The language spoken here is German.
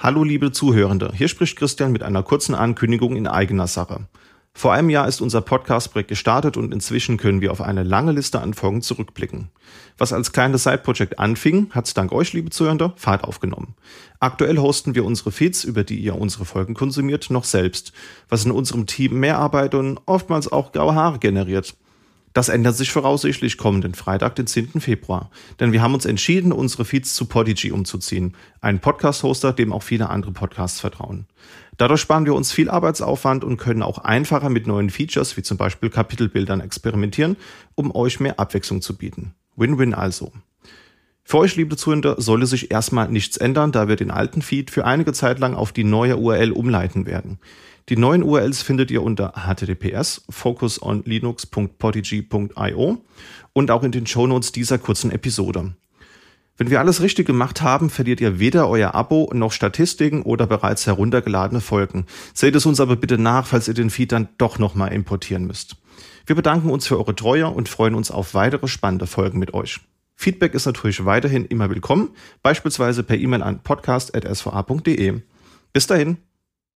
Hallo liebe Zuhörende, hier spricht Christian mit einer kurzen Ankündigung in eigener Sache. Vor einem Jahr ist unser Podcast-Projekt gestartet und inzwischen können wir auf eine lange Liste an Folgen zurückblicken. Was als kleines Side-Projekt anfing, hat dank euch, liebe Zuhörende, Fahrt aufgenommen. Aktuell hosten wir unsere Feeds, über die ihr unsere Folgen konsumiert, noch selbst, was in unserem Team mehr Arbeit und oftmals auch graue Haare generiert. Das ändert sich voraussichtlich kommenden Freitag, den 10. Februar. Denn wir haben uns entschieden, unsere Feeds zu Podigy umzuziehen. Ein Podcast-Hoster, dem auch viele andere Podcasts vertrauen. Dadurch sparen wir uns viel Arbeitsaufwand und können auch einfacher mit neuen Features, wie zum Beispiel Kapitelbildern, experimentieren, um euch mehr Abwechslung zu bieten. Win-win also. Für euch, liebe Zuhörer, sollte sich erstmal nichts ändern, da wir den alten Feed für einige Zeit lang auf die neue URL umleiten werden. Die neuen URLs findet ihr unter https://focusonlinux.podigy.io und auch in den Shownotes dieser kurzen Episode. Wenn wir alles richtig gemacht haben, verliert ihr weder euer Abo noch Statistiken oder bereits heruntergeladene Folgen. Seht es uns aber bitte nach, falls ihr den Feed dann doch nochmal importieren müsst. Wir bedanken uns für eure Treue und freuen uns auf weitere spannende Folgen mit euch. Feedback ist natürlich weiterhin immer willkommen, beispielsweise per E-Mail an podcast@sva.de. Bis dahin.